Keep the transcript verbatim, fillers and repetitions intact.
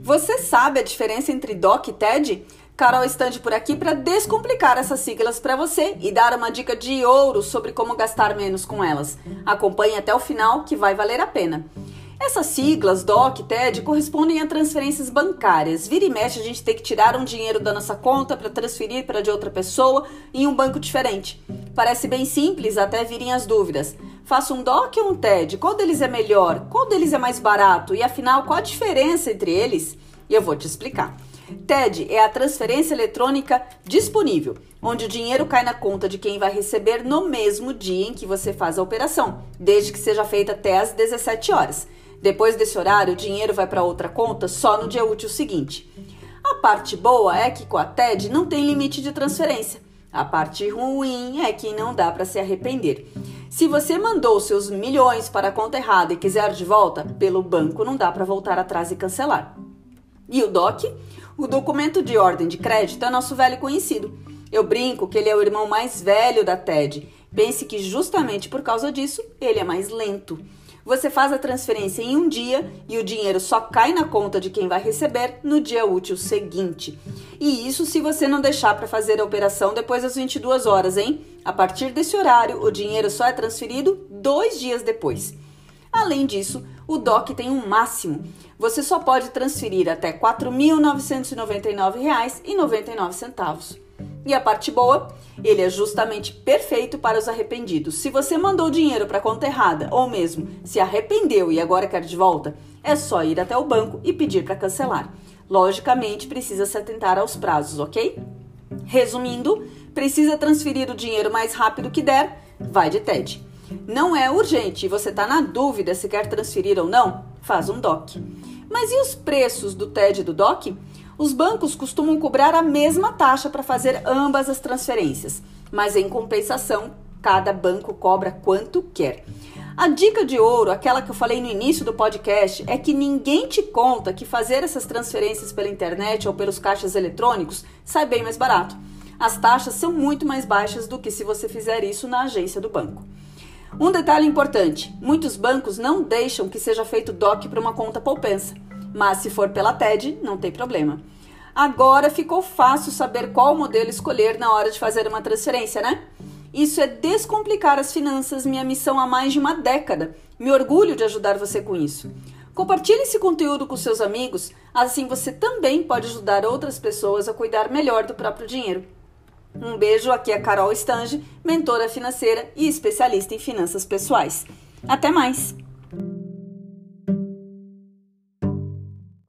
Você sabe a diferença entre D O C e T E D? Carol Stange por aqui para descomplicar essas siglas para você e dar uma dica de ouro sobre como gastar menos com elas. Acompanhe até o final que vai valer a pena. Essas siglas, D O C e T E D, correspondem a transferências bancárias. Vira e mexe a gente tem que tirar um dinheiro da nossa conta para transferir para de outra pessoa em um banco diferente. Parece bem simples até virem as dúvidas. Faço um D O C ou um T E D? Qual deles é melhor? Qual deles é mais barato? E afinal, qual a diferença entre eles? E eu vou te explicar. T E D é a transferência eletrônica disponível, onde o dinheiro cai na conta de quem vai receber no mesmo dia em que você faz a operação, desde que seja feita até às dezessete horas. Depois desse horário, o dinheiro vai para outra conta só no dia útil seguinte. A parte boa é que com a T E D não tem limite de transferência. A parte ruim é que não dá para se arrepender. Se você mandou seus milhões para a conta errada e quiser de volta, pelo banco não dá para voltar atrás e cancelar. E o D O C? O documento de ordem de crédito é nosso velho conhecido. Eu brinco que ele é o irmão mais velho da T E D. Pense que justamente por causa disso, ele é mais lento. Você faz a transferência em um dia e o dinheiro só cai na conta de quem vai receber no dia útil seguinte. E isso se você não deixar para fazer a operação depois das vinte e duas horas, hein? A partir desse horário, o dinheiro só é transferido dois dias depois. Além disso, o D O C tem um máximo. Você só pode transferir até quatro mil novecentos e noventa e nove reais e noventa e nove centavos. E a parte boa, ele é justamente perfeito para os arrependidos. Se você mandou dinheiro para a conta errada ou mesmo se arrependeu e agora quer de volta, é só ir até o banco e pedir para cancelar. Logicamente, precisa se atentar aos prazos, ok? Resumindo, precisa transferir o dinheiro mais rápido que der, vai de T E D. Não é urgente e você está na dúvida se quer transferir ou não, faz um D O C. Mas e os preços do T E D e do D O C? Os bancos costumam cobrar a mesma taxa para fazer ambas as transferências, mas em compensação, cada banco cobra quanto quer. A dica de ouro, aquela que eu falei no início do podcast, é que ninguém te conta que fazer essas transferências pela internet ou pelos caixas eletrônicos sai bem mais barato. As taxas são muito mais baixas do que se você fizer isso na agência do banco. Um detalhe importante, muitos bancos não deixam que seja feito D O C para uma conta poupança, mas se for pela T E D, não tem problema. Agora ficou fácil saber qual modelo escolher na hora de fazer uma transferência, né? Isso é descomplicar as finanças, minha missão há mais de uma década. Me orgulho de ajudar você com isso. Compartilhe esse conteúdo com seus amigos, assim você também pode ajudar outras pessoas a cuidar melhor do próprio dinheiro. Um beijo, aqui é a Carol Stange, mentora financeira e especialista em finanças pessoais. Até mais!